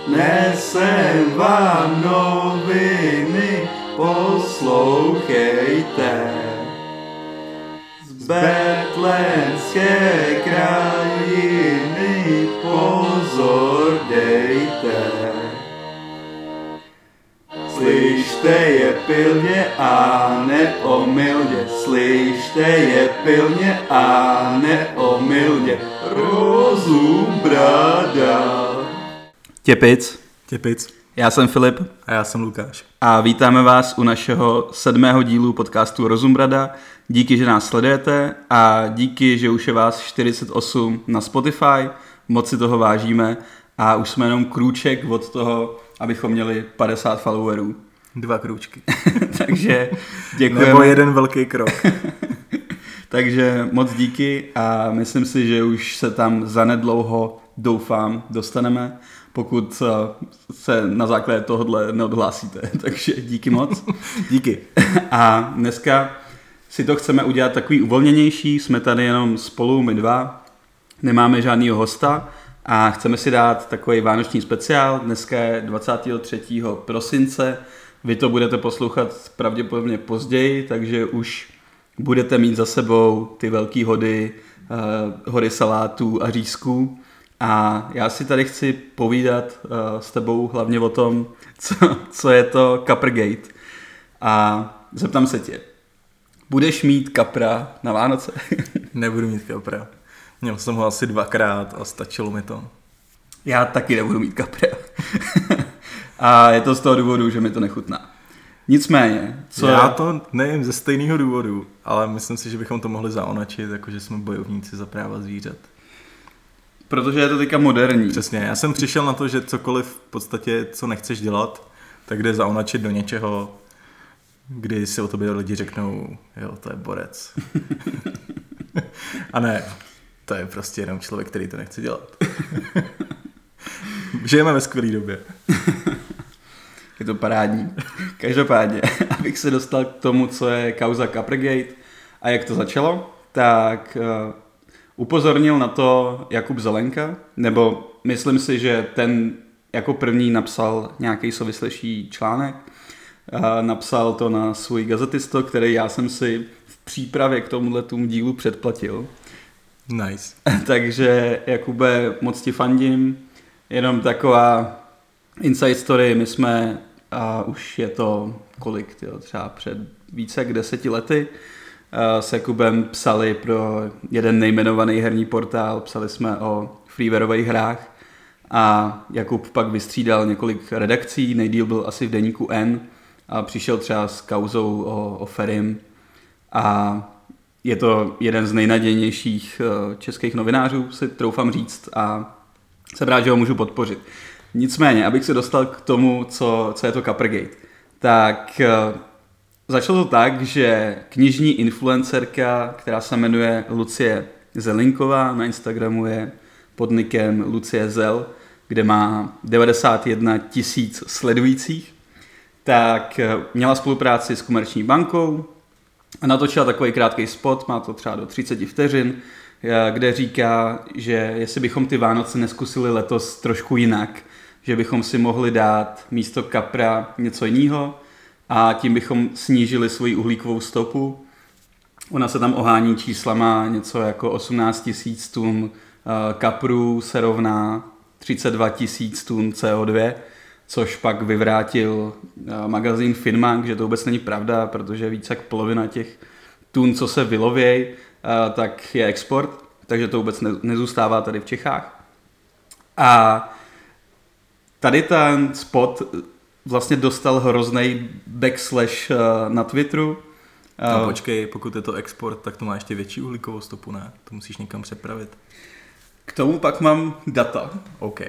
nesem vám noviny, poslouchejte. Z betlémské krajiny pozor dejte. Slyšte je pilně a neomylně, slyšte je pilně a neomylně, Rozumbrada. Těpic. Já jsem Filip. A já jsem Lukáš. A vítáme vás u našeho 7. dílu podcastu Rozumbrada. Díky, že nás sledujete a díky, že už je vás 48 na Spotify. Moc si toho vážíme a už jsme jenom krůček od toho, abychom měli 50 followerů. 2 krůčky. Takže děkujeme. Nebo jeden velký krok. Takže moc díky a myslím si, že už se tam zanedlouho, doufám, dostaneme, pokud se na základě tohohle neodhlásíte. Takže díky moc. Díky. A dneska si to chceme udělat takový uvolněnější, jsme tady jenom spolu, my dva, nemáme žádnýho hosta a chceme si dát takový vánoční speciál. Dneska je 23. prosince, vy to budete poslouchat pravděpodobně později, takže už budete mít za sebou ty velký hody, hory salátů a řízků. A já si tady chci povídat s tebou hlavně o tom, co je to Kaprgate. A zeptám se tě, budeš mít kapra na Vánoce? Nebudu mít kapra. Měl jsem ho asi 2krát a stačilo mi to. Já taky nebudu mít kapra. A je to z toho důvodu, že mi to nechutná. Nicméně, já to nevím ze stejného důvodu, ale myslím si, že bychom to mohli zaonačit, jakože jsme bojovníci za práva zvířat. Protože je to teďka moderní. Přesně, já jsem přišel na to, že cokoliv v podstatě, co nechceš dělat, tak jde zaonačit do něčeho, kdy si o tobě lidi řeknou, jo, to je borec. A ne, to je prostě jenom člověk, který to nechce dělat. Žijeme ve skvělé době. Je to parádní. Každopádně, abych se dostal k tomu, co je kauza Kaprgate a jak to začalo, tak upozornil na to Jakub Zelenka, nebo myslím si, že ten jako první napsal nějaký souvislejší článek. Napsal to na svůj gazetisto, který já jsem si v přípravě k tomuhletomu dílu předplatil. Nice. Takže Jakube, moc ti fandím. Jenom taková inside story, my jsme, už je to kolik, třeba před více jak 10 lety, s Jakubem psali pro jeden nejmenovaný herní portál, psali jsme o freewareových hrách a Jakub pak vystřídal několik redakcí, nejdýl byl asi v deníku N a přišel třeba s kauzou o Ferim a je to jeden z nejnadějnějších českých novinářů, si troufám říct, a jsem rád, že ho můžu podpořit. Nicméně, abych se dostal k tomu, co je to Kaprgate, tak začalo to tak, že knižní influencerka, která se jmenuje Lucie Zelinková, na Instagramu je pod nickem Lucie Zel, kde má 91 000 sledujících, tak měla spolupráci s Komerční bankou a natočila takový krátký spot, má to třeba do 30 vteřin, kde říká, že jestli bychom ty Vánoce neskusili letos trošku jinak, že bychom si mohli dát místo kapra něco jiného a tím bychom snížili svoji uhlíkovou stopu. Ona se tam ohání číslama, něco jako 18 000 tun kaprů se rovná 32 000 tun CO2, což pak vyvrátil magazín Finmag, že to vůbec není pravda, protože více jak polovina těch tun, co se vylovějí, tak je export, takže to vůbec nezůstává tady v Čechách. A tady ten spot vlastně dostal hrozný backslash na Twitteru. No počkej, pokud je to export, tak to má ještě větší uhlíkovou stopu, ne? To musíš někam přepravit. K tomu pak mám data, OK.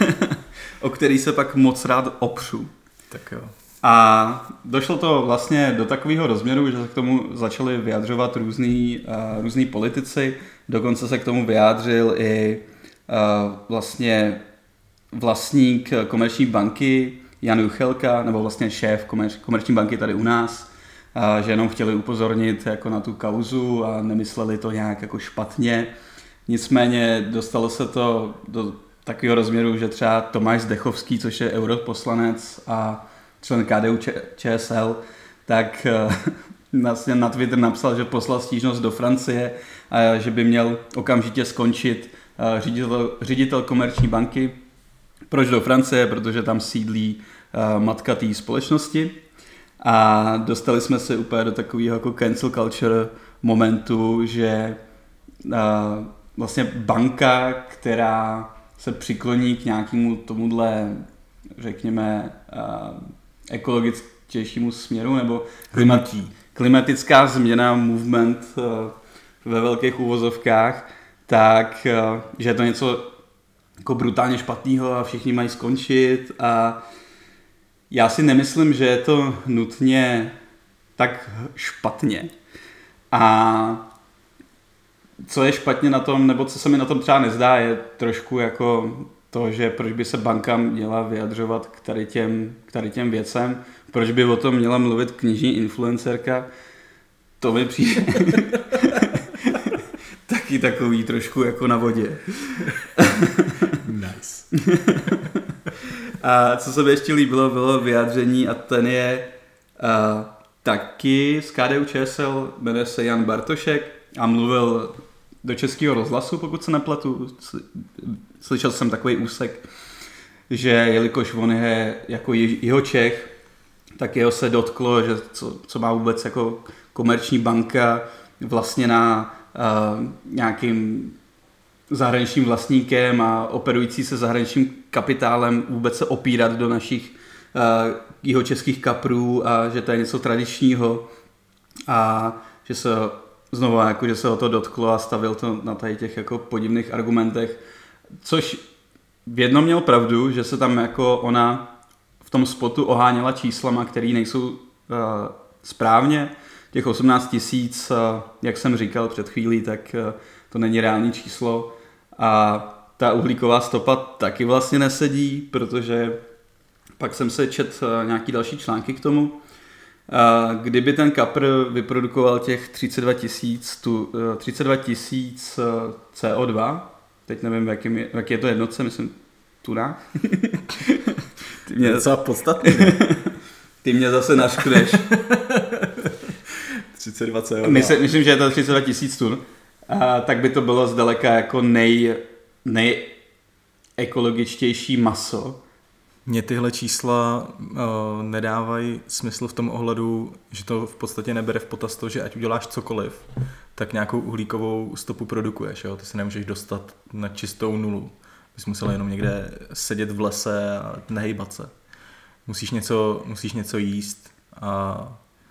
o který se pak moc rád opřu. Tak jo. A došlo to vlastně do takového rozměru, že se k tomu začali vyjadřovat různý politici, dokonce se k tomu vyjádřil i vlastně vlastník Komerční banky Jan Juchelka, nebo vlastně šéf Komerční banky tady u nás, že jenom chtěli upozornit jako na tu kauzu a nemysleli to nějak jako špatně. Nicméně dostalo se to do takového rozměru, že třeba Tomáš Zdechovský, což je europoslanec a člen KDU ČSL, tak vlastně na Twitter napsal, že poslal stížnost do Francie a že by měl okamžitě skončit ředitel komerční banky. Proč do Francie? Protože tam sídlí matka té společnosti. A dostali jsme se úplně do takového jako cancel culture momentu, že vlastně banka, která se přikloní k nějakému tomuhle, řekněme, ekologičtějšímu směru, nebo klimatická změna, movement ve velkých uvozovkách, tak že je to něco jako brutálně špatného a všichni mají skončit. A já si nemyslím, že je to nutně tak špatně. A co je špatně na tom, nebo co se mi na tom třeba nezdá, je trošku jako to, že proč by se banka měla vyjadřovat k tady těm věcem, proč by o tom měla mluvit knižní influencerka, to mi přijde taky takový trošku jako na vodě. Nice. A co se mi ještě líbilo, bylo vyjádření a ten je taky z KDU ČSL, jmenuje se Jan Bartošek a mluvil do Českého rozhlasu, pokud se nepletu. Slyšel jsem takový úsek, že jelikož on je jako jeho Čech, tak jeho se dotklo, že co má vůbec jako komerční banka vlastněná nějakým zahraničním vlastníkem a operující se zahraničním kapitálem vůbec se opírat do našich jihočeských kaprů a že to je něco tradičního a že se znovu jako, že se ho to dotklo a stavil to na tady těch jako podivných argumentech, což v jednom měl pravdu, že se tam jako ona v tom spotu oháněla číslama, které nejsou správně. Těch 18 000, jak jsem říkal před chvílí, tak to není reálný číslo a ta uhlíková stopa taky vlastně nesedí, protože pak jsem se četl nějaký další články k tomu. Kdyby ten kapr vyprodukoval těch 32 000 CO2, teď nevím, jaký je to jednotce, myslím tuna. Docela podstatný. Ty mě zase naškneš. 32 CO2. Myslím, že je to 32 000 tun. Tak by to bylo zdaleka jako nejekologičtější maso. Mně tyhle čísla nedávají smysl v tom ohledu, že to v podstatě nebere v potaz to, že ať uděláš cokoliv, tak nějakou uhlíkovou stopu produkuješ. Jo? Ty se nemůžeš dostat na čistou nulu. Bys musel jenom někde sedět v lese a nehejbat se. Musíš něco jíst a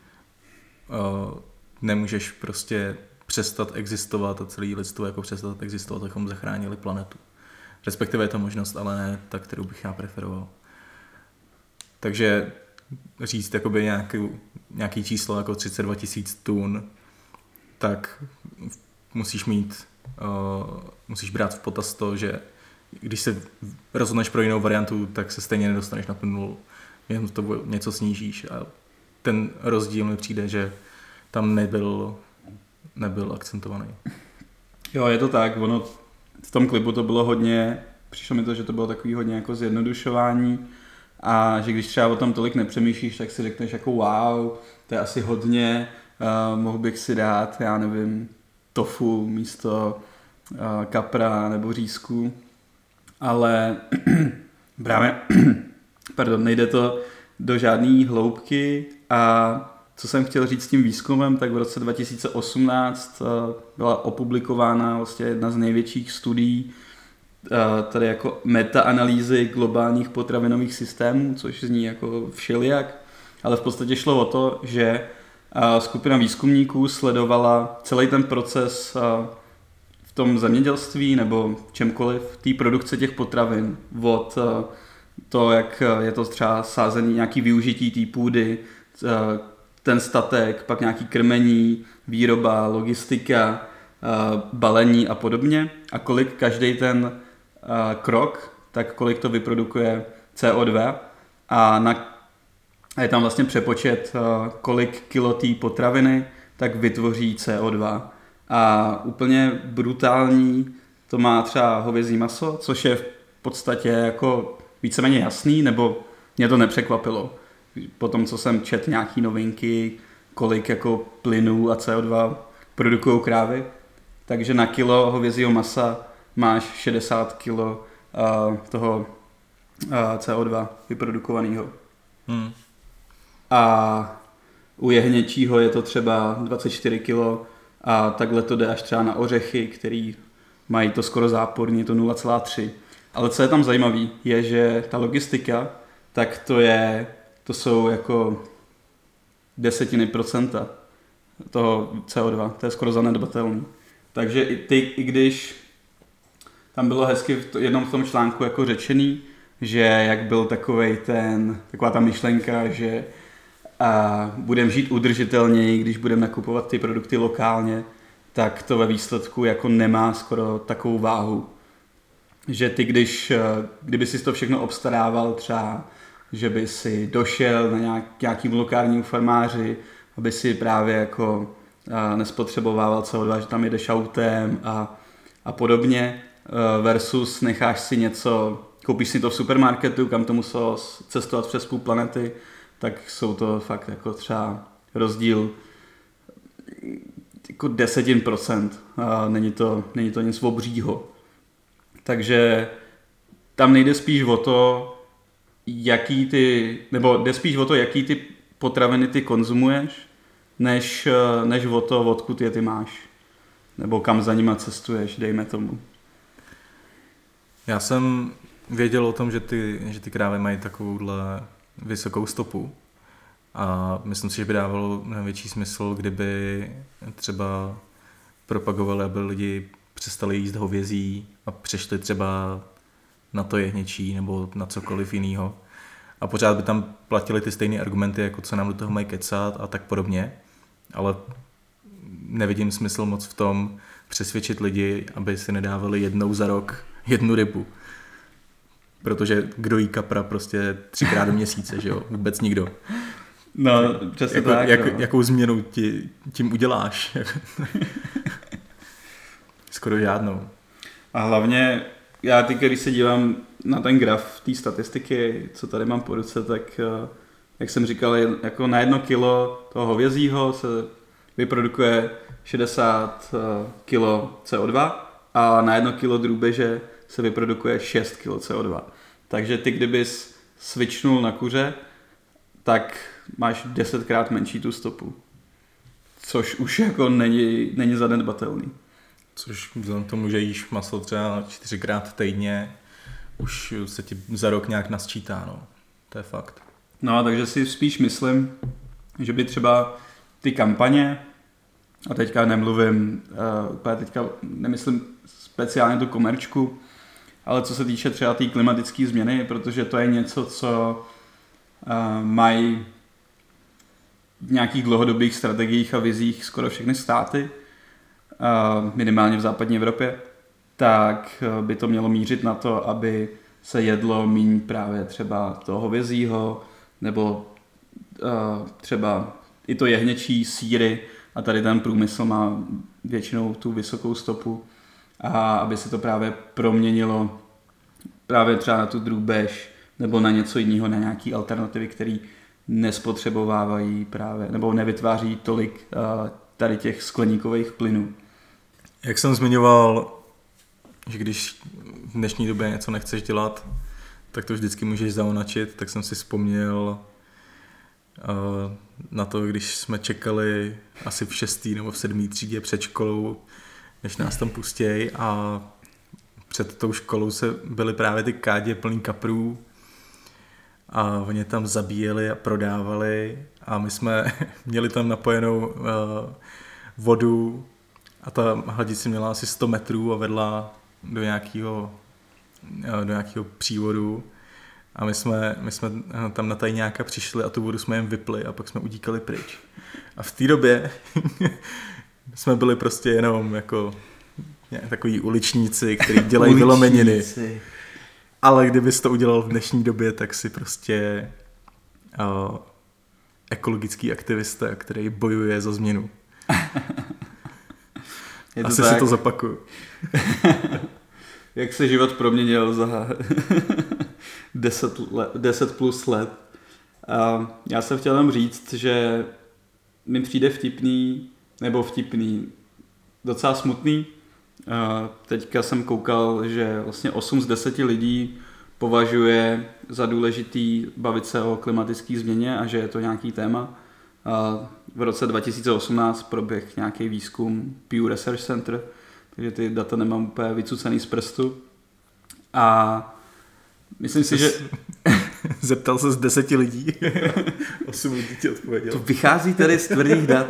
nemůžeš prostě přestat existovat a celý lidstvo jako přestat existovat, abychom zachránili planetu. Respektive je to možnost, ale ne ta, kterou bych já preferoval. Takže říct jakoby nějaký číslo jako 32 000 tun, tak musíš brát v potaz to, že když se rozhodneš pro jinou variantu, tak se stejně nedostaneš na tu nulu. Jen to něco snížíš a ten rozdíl mi přijde, že tam nebyl akcentovaný. Jo, je to tak, ono v tom klipu to bylo hodně, přišlo mi to, že to bylo takový hodně jako zjednodušování a že když třeba o tom tolik nepřemýšlíš, tak si řekneš jako wow, to je asi hodně, mohl bych si dát, já nevím, tofu místo kapra nebo řízku, ale právě nejde to do žádný hloubky a co jsem chtěl říct s tím výzkumem, tak v roce 2018 byla opublikována vlastně jedna z největších studií tady jako metaanalýzy globálních potravinových systémů, což zní jako všelijak, ale v podstatě šlo o to, že skupina výzkumníků sledovala celý ten proces v tom zemědělství nebo čemkoliv, té produkce těch potravin, od to, jak je to třeba sázený, nějaký využití té půdy, ten statek, pak nějaký krmení, výroba, logistika, balení a podobně a kolik každý ten krok, tak kolik to vyprodukuje CO2 a je tam vlastně přepočet, kolik kilo té potraviny tak vytvoří CO2 a úplně brutální to má třeba hovězí maso, což je v podstatě jako víceméně jasný, nebo mě to nepřekvapilo. Po tom, co jsem četl nějaký novinky, kolik jako plynů a CO2 produkují krávy, takže na kilo hovězího masa máš 60 kilo toho CO2 vyprodukovaného. A u jehněčího je to třeba 24 kilo a takhle to jde až třeba na ořechy, který mají to skoro záporný, je to 0,3. Ale co je tam zajímavý, je, že ta logistika, tak to jsou jako 10% toho CO2, to je skoro zanedbatelný. Takže i když tam bylo hezky jednom v tom článku jako řečený, že jak byl taková ta myšlenka, že budeme žít udržitelněji, když budeme nakupovat ty produkty lokálně, tak to ve výsledku jako nemá skoro takovou váhu. Že ty, kdyby si to všechno obstarával třeba, že by si došel na nějakým lokálním farmáři, aby si právě jako nespotřebovával CO2, že tam jedeš autem a podobně, versus necháš si něco, koupíš si to v supermarketu, kam to muselo cestovat přes půl planety, tak jsou to fakt jako třeba rozdíl jako 10%. Není to nic obřího. Takže tam nejde spíš o to, jaký ty potraviny ty konzumuješ, než o to, odkud je ty máš. Nebo kam za nima cestuješ, dejme tomu. Já jsem věděl o tom, že ty krávy mají takovouhle vysokou stopu. A myslím si, že by dávalo větší smysl, kdyby třeba propagovali, aby lidi přestali jíst hovězí a přešli třeba na to jehněčí nebo na cokoliv jiného. A pořád by tam platily ty stejné argumenty, jako co nám do toho mají kecat a tak podobně. Ale nevidím smysl moc v tom přesvědčit lidi, aby si nedávali jednou za rok jednu rybu. Protože kdo jí kapra prostě 3krát do měsíce, že jo? Vůbec nikdo. No, přesně tak. Jakou změnu tím uděláš? Skoro žádnou. A hlavně, já teď, když se dívám na ten graf té statistiky, co tady mám po ruce, tak jak jsem říkal, jako na 1 kilo toho hovězího se vyprodukuje 60 kilo CO2 a na 1 kilo drůbeže se vyprodukuje 6 kg CO2. Takže ty, kdybys switchnul na kuře, tak máš 10krát menší tu stopu. Což už jako není zanedbatelný. Což vzhledem tomu, že jíš maso třeba 4krát týdně, už se ti za rok nějak nasčítá, no. To je fakt. No, takže si spíš myslím, že by třeba ty kampaně, a teďka nemyslím speciálně tu komerčku, ale co se týče třeba té klimatické změny, protože to je něco, co mají v nějakých dlouhodobých strategiích a vizích skoro všechny státy, minimálně v západní Evropě, tak by to mělo mířit na to, aby se jedlo míň právě třeba toho hovězího, nebo třeba i to jehněčí, sýry, a tady ten průmysl má většinou tu vysokou stopu, a aby se to právě proměnilo právě třeba na tu drůbež nebo na něco jiného, na nějaké alternativy, které nespotřebovávají právě, nebo nevytváří tolik tady těch skleníkových plynů. Jak jsem zmiňoval, že když v dnešní době něco nechceš dělat, tak to vždycky můžeš zaonačit, tak jsem si vzpomněl na to, když jsme čekali asi v 6. nebo v 7. třídě před školou, než nás tam pustějí, a před tou školou byly právě ty kádě plný kaprů a oni tam zabíjeli a prodávali a my jsme měli tam napojenou vodu a ta hladice měla asi 100 metrů a vedla do nějakého přívodu a my jsme tam na tajňáka přišli a tu vodu jsme jim vypli a pak jsme utíkali pryč. A v té době jsme byli prostě jenom jako takový uličníci, kteří dělají vylomeniny. Ale kdybys to udělal v dnešní době, tak si prostě ekologický aktivista, který bojuje za změnu. Asi tak. Si to zapakuju. jak se život proměnil za 10 plus let. A já jsem chtěl jenom říct, že mi přijde vtipný, docela smutný. Teďka jsem koukal, že vlastně 8 z 10 lidí považuje za důležitý bavit se o klimatické změně a že je to nějaký téma. V roce 2018 proběh nějaký výzkum Pew Research Center, takže ty data nemám úplně vycucený z prstu. A myslím si, že... Zeptal se z 10 lidí. 8 lidí ti odpověděl. To vychází tady z tvrdých dat.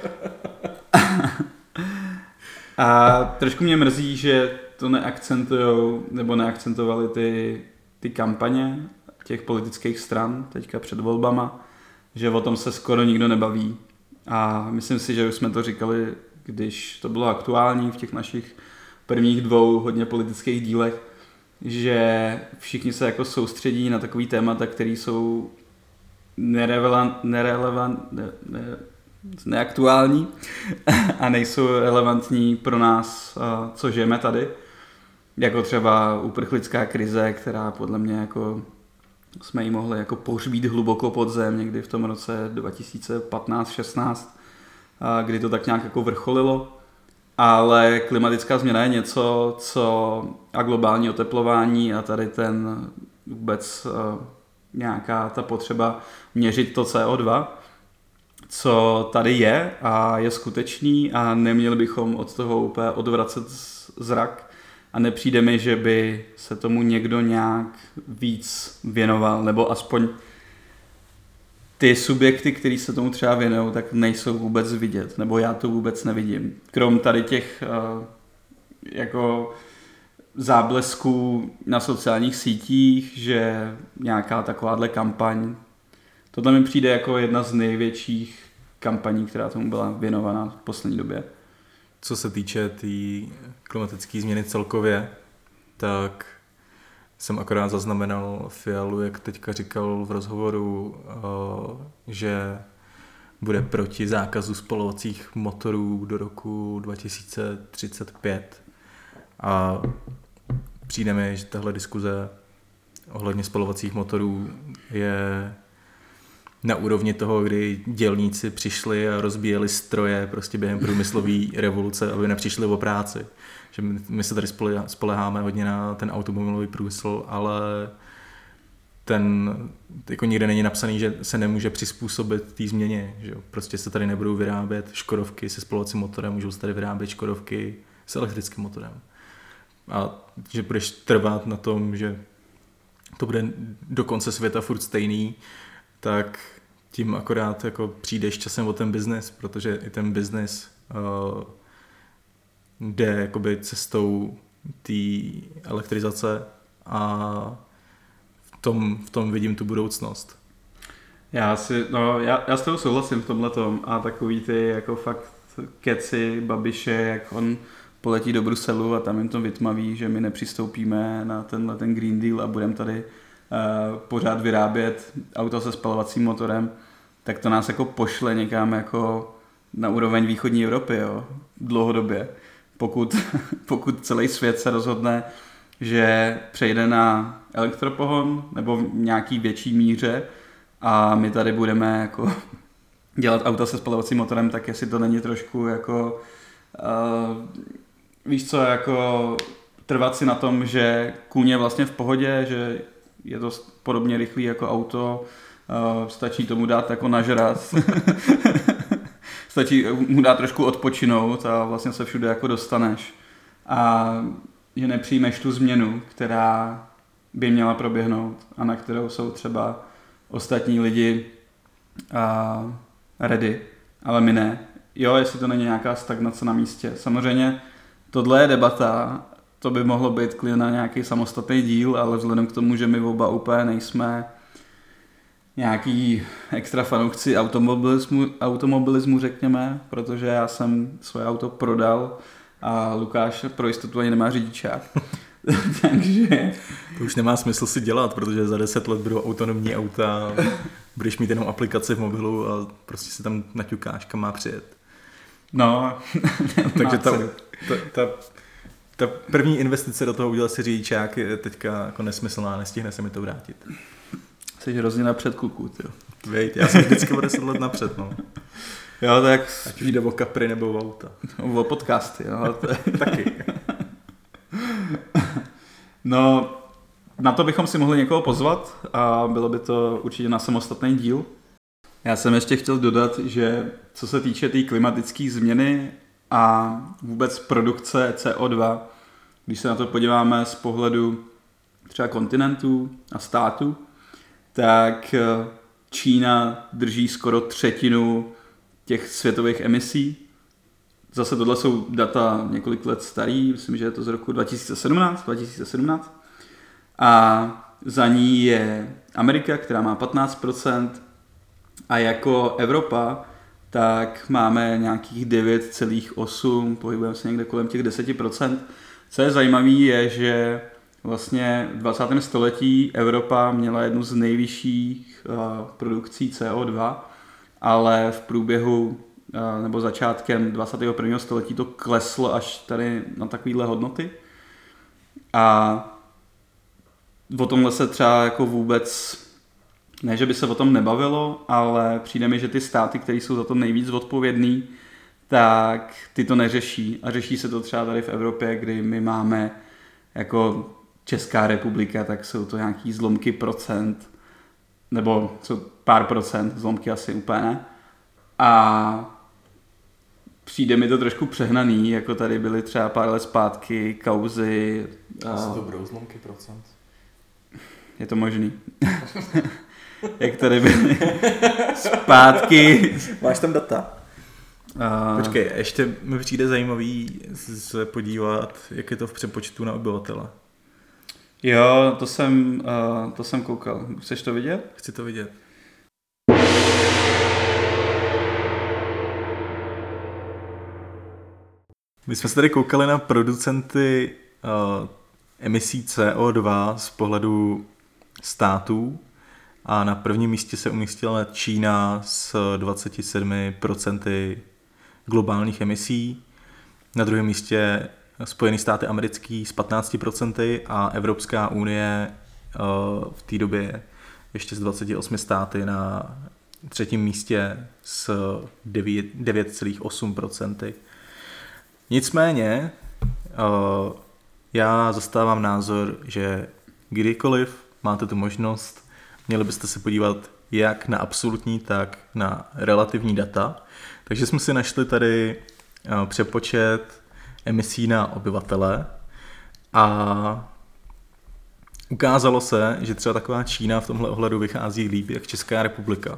A trošku mě mrzí, že to neakcentovali ty kampaně těch politických stran teďka před volbama, že o tom se skoro nikdo nebaví. A myslím si, že už jsme to říkali, když to bylo aktuální v těch našich prvních 2 hodně politických dílech, že všichni se jako soustředí na takový témata, které jsou neaktuální a nejsou relevantní pro nás, co žijeme tady. Jako třeba uprchlická krize, která podle mě jako jsme ji mohli jako pohřbít hluboko pod zem někdy v tom roce 2015-16, kdy to tak nějak jako vrcholilo. Ale klimatická změna je něco, a globální oteplování a tady ten vůbec nějaká ta potřeba měřit to CO2, co tady je a je skutečný a neměli bychom od toho úplně odvracet zrak a nepřijde mi, že by se tomu někdo nějak víc věnoval, nebo aspoň ty subjekty, který se tomu třeba věnují, tak nejsou vůbec vidět, nebo já to vůbec nevidím. Krom tady těch jako záblesků na sociálních sítích, že nějaká takováhle kampaň, tohle mi přijde jako jedna z největších kampaní, která tomu byla věnovaná v poslední době. Co se týče té klimatické změny celkově, tak jsem akorát zaznamenal Fialu, jak teďka říkal v rozhovoru, že bude proti zákazu spalovacích motorů do roku 2035. A přijde mi, že tahle diskuze ohledně spalovacích motorů je na úrovni toho, kdy dělníci přišli a rozbíjeli stroje prostě během průmyslové revoluce, aby nepřišli o práci. Že my se tady spoleháme hodně na ten automobilový průmysl, ale ten jako nikde není napsaný, že se nemůže přizpůsobit té změně. Že prostě se tady nebudou vyrábět škodovky se spalovacím motorem, můžou se tady vyrábět škodovky s elektrickým motorem. A že budeš trvat na tom, že to bude do konce světa furt stejný, tak tím akorát jako přijdeš časem o ten biznes, protože i ten biznes jde jakoby cestou té elektrizace a v tom vidím tu budoucnost. Já s tebou souhlasím v tomhletom a takový ty jako fakt keci Babiše, jak on poletí do Bruselu a tam jim to vytmaví, že my nepřistoupíme na ten Green Deal a budeme tady pořád vyrábět auto se spalovacím motorem, tak to nás jako pošle někam jako na úroveň východní Evropy, jo, dlouhodobě. Pokud celý svět se rozhodne, že přejde na elektropohon nebo v nějaký větší míře a my tady budeme jako dělat auta se spalovacím motorem, tak jestli to není trošku jako víš co, jako trvat si na tom, že kůň je vlastně v pohodě, že je to podobně rychlý jako auto, stačí tomu dát jako nažrat, stačí mu dát trošku odpočinout a vlastně se všude jako dostaneš. A že nepřijmeš tu změnu, která by měla proběhnout a na kterou jsou třeba ostatní lidi ready, ale my ne. Jo, jestli to není nějaká stagnace na místě. Samozřejmě tohle je debata, to by mohlo být klidně na nějaký samostatný díl, ale vzhledem k tomu, že my oba úplně nejsme nějaký extra fanoušci automobilismu, řekněme, protože já jsem svoje auto prodal a Lukáš pro jistotu ani nemá řidičák. Takže... To už nemá smysl si dělat, protože za 10 let budou autonomní auta, budeš mít jenom aplikaci v mobilu a prostě si tam naťukáš, kam má přijet. No, takže Ta první investice do toho udělat si řidičák je teďka jako nesmyslná, nestihne se mi to vrátit. Jsi hrozně napřed, kluku, tyjo. Vejď, já jsem vždycky o 10 let napřed, no. Jo, tak... Ať už jde o kapry nebo o auta. O podcasty, jo. Taky. No, na to bychom si mohli někoho pozvat a bylo by to určitě na samostatný díl. Já jsem ještě chtěl dodat, že co se týče té klimatické změny a vůbec produkce CO2, když se na to podíváme z pohledu třeba kontinentů a států, tak Čína drží skoro třetinu těch světových emisí. Zase tohle jsou data několik let starý, myslím, že je to z roku 2017. A za ní je Amerika, která má 15%, a jako Evropa tak máme nějakých 9,8, pohybujeme se někde kolem těch 10%. Co je zajímavé je, že vlastně v 20. století Evropa měla jednu z nejvyšších produkcí CO2, ale v průběhu nebo začátkem 21. století to kleslo až tady na takovéhle hodnoty. A o tomhle se třeba jako vůbec, ne, že by se o tom nebavilo, ale přijde mi, že ty státy, které jsou za to nejvíc odpovědný, tak ty to neřeší. A řeší se to třeba tady v Evropě, kdy my máme jako Česká republika, tak jsou to nějaký zlomky procent, nebo jsou pár procent, zlomky asi úplně ne. A přijde mi to trošku přehnaný, jako tady byly třeba pár let zpátky kauzy. Jsou to budou zlomky procent? Je to možný. Jak tady byly zpátky. Máš tam data? Počkej, ještě mi přijde zajímavý se podívat, jak je to v přepočtu na obyvatele. Jo, to jsem koukal. Chceš to vidět? Chci to vidět. My jsme se tady koukali na producenty emisí CO2 z pohledu států a na prvním místě se umístila Čína s 27% globálních emisí, na druhém místě Spojené státy americký s 15% a Evropská unie v té době ještě s 28 státy na třetím místě s 9,8%. Nicméně já zastávám názor, že kdykoliv máte tu možnost, měli byste se podívat jak na absolutní, tak na relativní data. Takže jsme si našli tady přepočet emisí na obyvatele a ukázalo se, že třeba taková Čína v tomhle ohledu vychází líp jak Česká republika.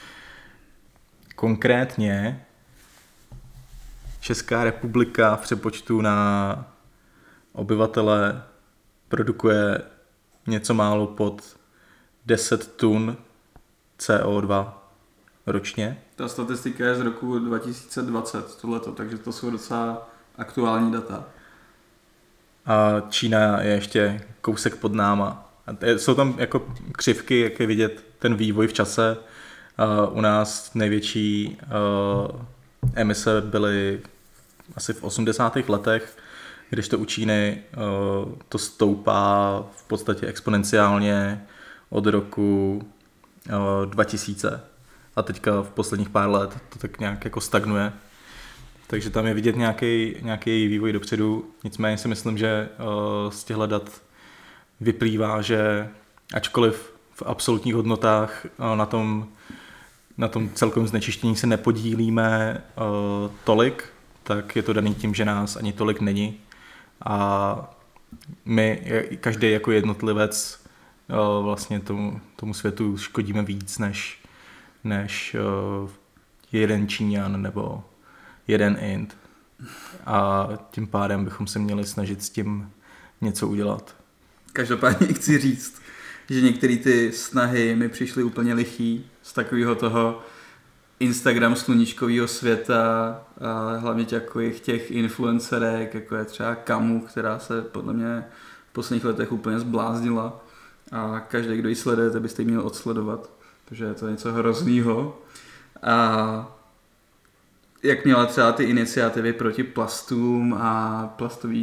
Konkrétně Česká republika v přepočtu na obyvatele produkuje něco málo pod 10 tun CO2 ročně. Ta statistika je z roku 2020, tohleto, takže to jsou docela aktuální data. A Čína je ještě kousek pod náma. Jsou tam jako křivky, jak je vidět ten vývoj v čase. U nás největší emise byly asi v 80. letech, když to u Číny to stoupá v podstatě exponenciálně od roku 2000 a teďka v posledních pár let to tak nějak jako stagnuje. Takže tam je vidět nějaký vývoj dopředu, nicméně si myslím, že z těchto dat vyplývá, že ačkoliv v absolutních hodnotách na tom celkovém znečištění se nepodílíme tolik, tak je to daný tím, že nás ani tolik není. A my, každý jako jednotlivec, vlastně tomu světu škodíme víc než jeden Číňan nebo jeden Ind. A tím pádem bychom se měli snažit s tím něco udělat. Každopádně chci říct, že některé ty snahy mi přišly úplně lichý z takového toho Instagram sluníčkového světa a hlavně těch influencerek, jako je třeba Kamu, která se podle mě v posledních letech úplně zbláznila a každý, kdo ji sledujete, byste ji měl odsledovat, protože je to něco hroznýho. A jak měla třeba ty iniciativy proti plastům a plastové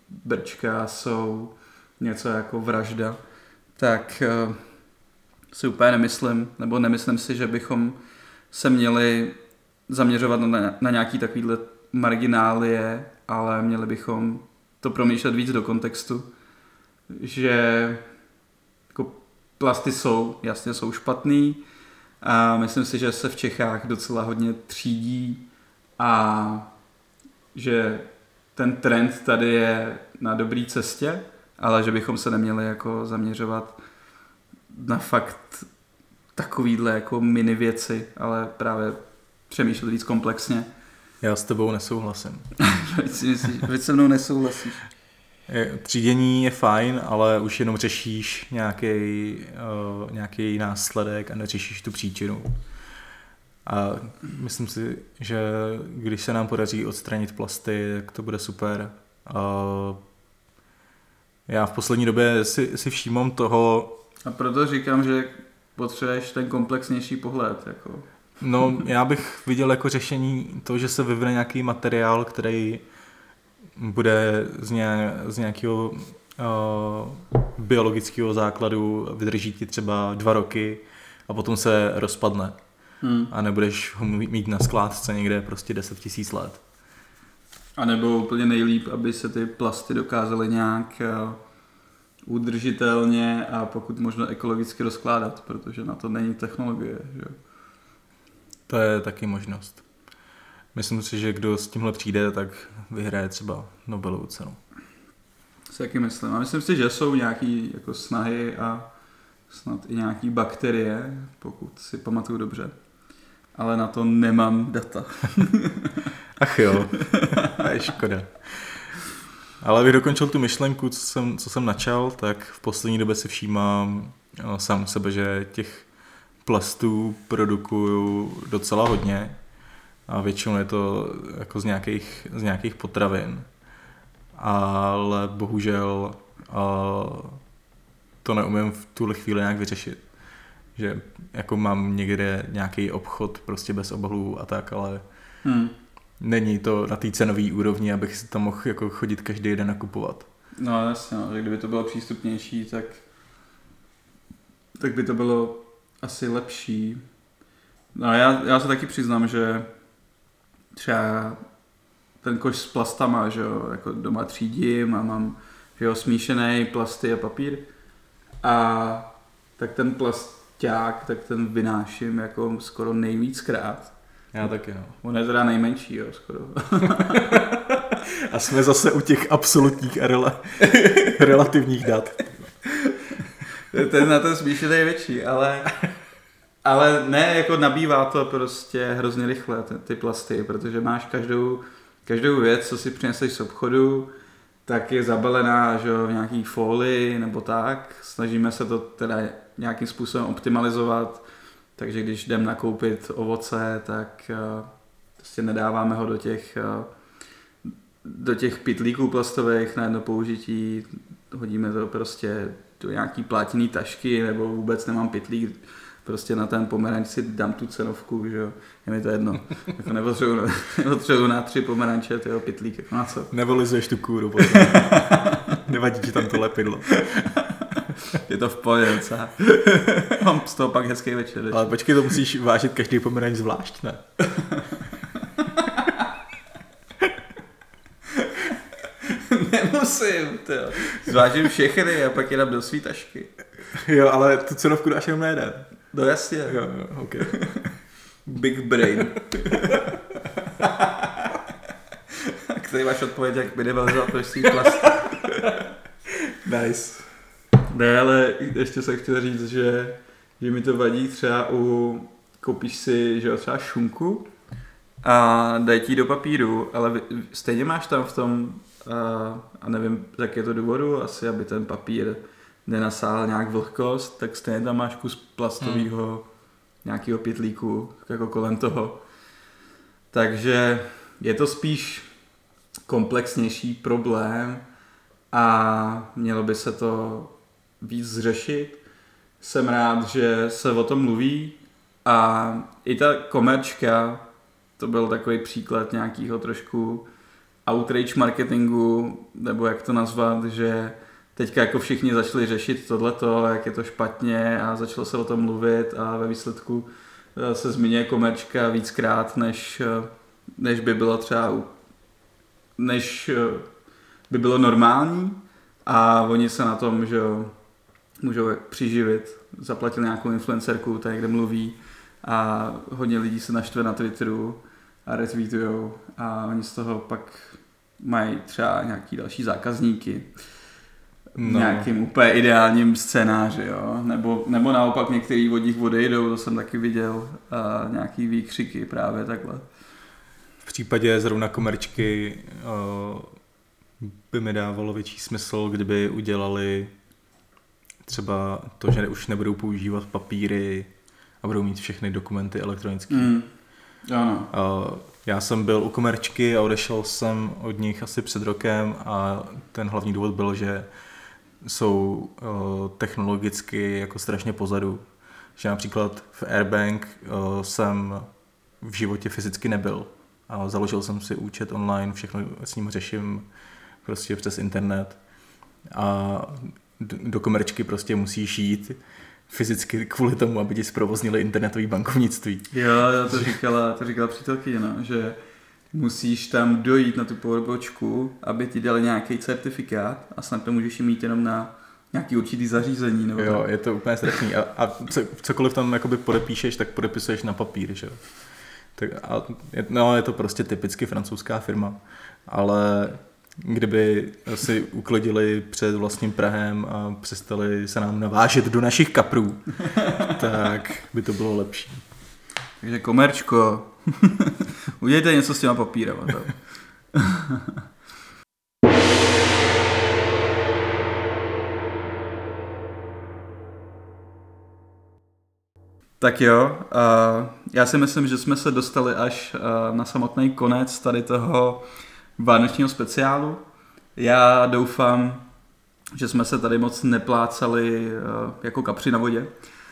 brčka jsou něco jako vražda, tak si úplně nemyslím si, že bychom se měli zaměřovat na nějaký takovýhle marginálie, ale měli bychom to promýšlet víc do kontextu, že jako plasty jsou špatný a myslím si, že se v Čechách docela hodně třídí a že ten trend tady je na dobré cestě, ale že bychom se neměli jako zaměřovat na fakt takovýhle jako mini věci, ale právě přemýšlet víc komplexně. Já s tebou nesouhlasím. Proč se mnou nesouhlasíš? Třídění je fajn, ale už jenom řešíš nějaký následek a neřešíš tu příčinu. A myslím si, že když se nám podaří odstranit plasty, tak to bude super. Já v poslední době si všímám toho... A proto říkám, že potřebuješ ten komplexnější pohled. Jako. No, já bych viděl jako řešení to, že se vyvine nějaký materiál, který bude z nějakého biologického základu, vydrží ti třeba 2 roky a potom se rozpadne. A nebudeš ho mít na skládce někde prostě 10 000 let. A nebo úplně nejlíp, aby se ty plasty dokázaly nějak udržitelně a pokud možno ekologicky rozkládat, protože na to není technologie. Že? To je taky možnost. Myslím si, že kdo s tímhle přijde, tak vyhraje třeba Nobelovu cenu. Si taky myslím. A myslím si, že jsou nějaký jako snahy a snad i nějaký bakterie, pokud si pamatuju dobře. Ale na to nemám data. Ach jo, to je škoda. Ale abych dokončil tu myšlenku, co jsem načal, tak v poslední době si všímám sám sebe, že těch plastů produkuju docela hodně a většinou je to jako z nějakých potravin. Ale bohužel to neumím v tuhle chvíli nějak vyřešit. Že jako mám někde nějaký obchod prostě bez obalů a tak, ale není to na té cenové úrovni, abych si tam mohl jako chodit každý den nakupovat. No jasně, že kdyby to bylo přístupnější, tak by to bylo asi lepší. No já se taky přiznám, že třeba ten koš s plastama, že jo, jako doma třídím a mám, že jo, smíšený plasty a papír a tak ten plasták, tak ten vynáším jako skoro nejvíckrát. Já taky, no. On je teda nejmenší, jo, skoro. A jsme zase u těch absolutních a relativních dat. Ten na ten smíšený je větší, ale ne, jako nabývá to prostě hrozně rychle, ty plasty, protože máš každou věc, co si přineseš z obchodu, tak je zabalená, že v nějaký folii nebo tak. Snažíme se to teda nějakým způsobem optimalizovat, takže když jdem nakoupit ovoce, tak prostě nedáváme ho do těch pytlíků plastových na jedno použití, hodíme to prostě do nějaký plátěný tašky, nebo vůbec nemám pytlík, prostě na ten pomeranč si dám tu cenovku, že jo, je mi to jedno, jako nepotřebuji na 3 pomeranče, tyho pytlík, jako na co. Nevolizuješ tu kůru potom. Nevadí ti tam to lepidlo. Je to v pohodě docela. Mám z toho pak hezký večer. Ale počkej, to musíš vážit každý pomeranč zvlášť, ne? Nemusím, tyjo. Zvážím všechny a pak je dám do svý tašky. Jo, ale tu cenovku dáš jenom na jeden. No jasně. Jo, ok. Big brain. Který máš odpověď, jak minimalizovat množství plastu. Nice. Ne, ale ještě jsem chtěl říct, že mi to vadí třeba koupíš si, že jo, třeba šunku a dají ti do papíru, ale stejně máš tam v tom, a nevím, z jaké to důvodu, asi aby ten papír nenasál nějak vlhkost, tak stejně tam máš kus plastového nějakého pytlíku jako kolem toho. Takže je to spíš komplexnější problém a mělo by se to víc řešit. Jsem rád, že se o tom mluví a i ta komerčka, to byl takový příklad nějakého trošku outrage marketingu, nebo jak to nazvat, že teďka jako všichni začali řešit tohleto, jak je to špatně a začalo se o tom mluvit a ve výsledku se zmiňuje komerčka víckrát, než by bylo třeba než by bylo normální a oni se na tom, že můžou přiživit, zaplatil nějakou influencerku, ta někde mluví a hodně lidí se naštve na Twitteru a retweetujou a oni z toho pak mají třeba nějaký další zákazníky. Nějakým úplně ideálním scénáři, jo? Nebo naopak některý od nich odejdou, to jsem taky viděl, a nějaký výkřiky právě takhle. V případě zrovna komerčky by mi dávalo větší smysl, kdyby udělali třeba to, že už nebudou používat papíry a budou mít všechny dokumenty elektronické. Ano. Já jsem byl u komerčky a odešel jsem od nich asi před rokem a ten hlavní důvod byl, že jsou technologicky jako strašně pozadu. Že například v Airbank jsem v životě fyzicky nebyl a založil jsem si účet online, všechno s ním řeším prostě přes internet a do komerčky prostě musíš jít fyzicky kvůli tomu, aby ti zprovoznili internetové bankovnictví. Jo, to říkala přítelkyně, no, že musíš tam dojít na tu pobočku, aby ti dali nějaký certifikát a snad to můžeš mít jenom na nějaký určitý zařízení. Nebo jo, je to úplně strašný. A cokoliv tam jakoby podepíšeš, tak podepisuješ na papír, že jo. Je to prostě typicky francouzská firma, ale kdyby si uklidili před vlastním prahem a přestali se nám navážet do našich kaprů, tak by to bylo lepší. Takže komerčko, udělejte něco s těma papírama. Tak jo, já si myslím, že jsme se dostali až na samotný konec tady toho vánočního speciálu. Já doufám, že jsme se tady moc neplácali jako kapři na vodě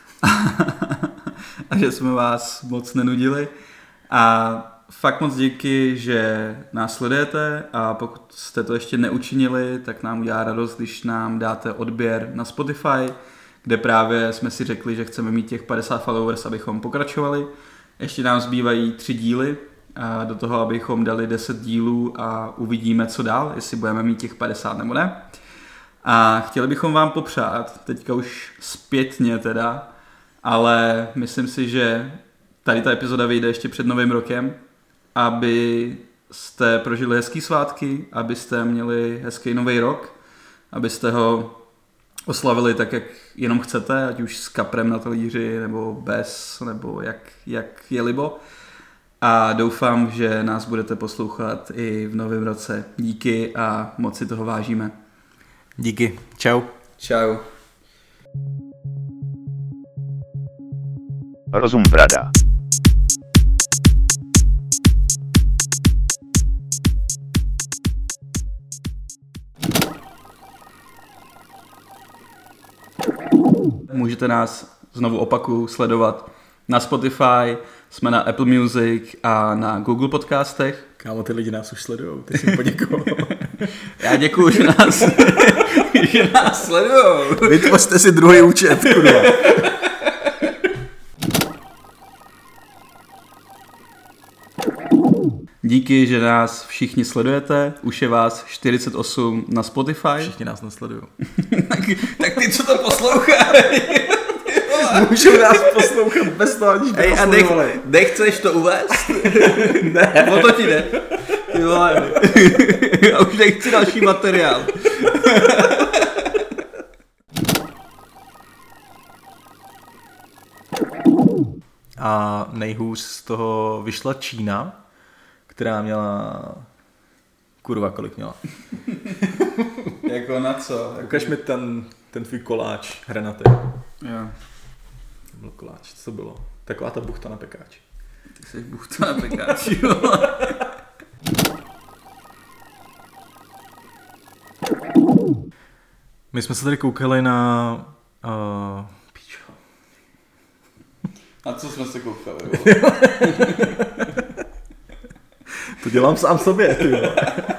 a že jsme vás moc nenudili. A fakt moc díky, že nás sledujete a pokud jste to ještě neučinili, tak nám udělá radost, když nám dáte odběr na Spotify, kde právě jsme si řekli, že chceme mít těch 50 followers, abychom pokračovali. Ještě nám zbývají 3 díly a do toho, abychom dali 10 dílů a uvidíme, co dál, jestli budeme mít těch 50 nebo ne. A chtěli bychom vám popřát, teďka už zpětně teda, ale myslím si, že tady ta epizoda vyjde ještě před Novým rokem, aby jste prožili hezký svátky, abyste měli hezký nový rok, abyste ho oslavili tak, jak jenom chcete, ať už s kaprem na talíři, nebo bez, nebo jak je libo. A doufám, že nás budete poslouchat i v novém roce. Díky a moc si toho vážíme. Díky. Čau. Čau. Rozum brada. Můžete nás, znovu opakuju, sledovat na Spotify, jsme na Apple Music a na Google podcastech. Kámo, ty lidi nás už sledujou, ty jsi poděkoval. Já děkuju, že nás sledujou. Vytvořte si druhý účet, kurva. Díky, že nás všichni sledujete, už je vás 48 na Spotify. Všichni nás nesledují. tak ty, co to poslouchají? Můžou nás poslouchat bez toho, aniž by nás sledovali. Nechceš to uvést? Ne. O to ti jde. Já už nechci další materiál. A nejhůř z toho vyšla Čína, která měla... Kurva, kolik měla? Jako na co? Ukaž mi ten tvůj koláč hranatý. Jo. To byl koláč, co to bylo? Taková ta buchta na pekáči. Ty jsi buchta na pekáči, My jsme se tady koukali na... Píčo. A co jsme se koukali? To dělám sám sobě, ty jo.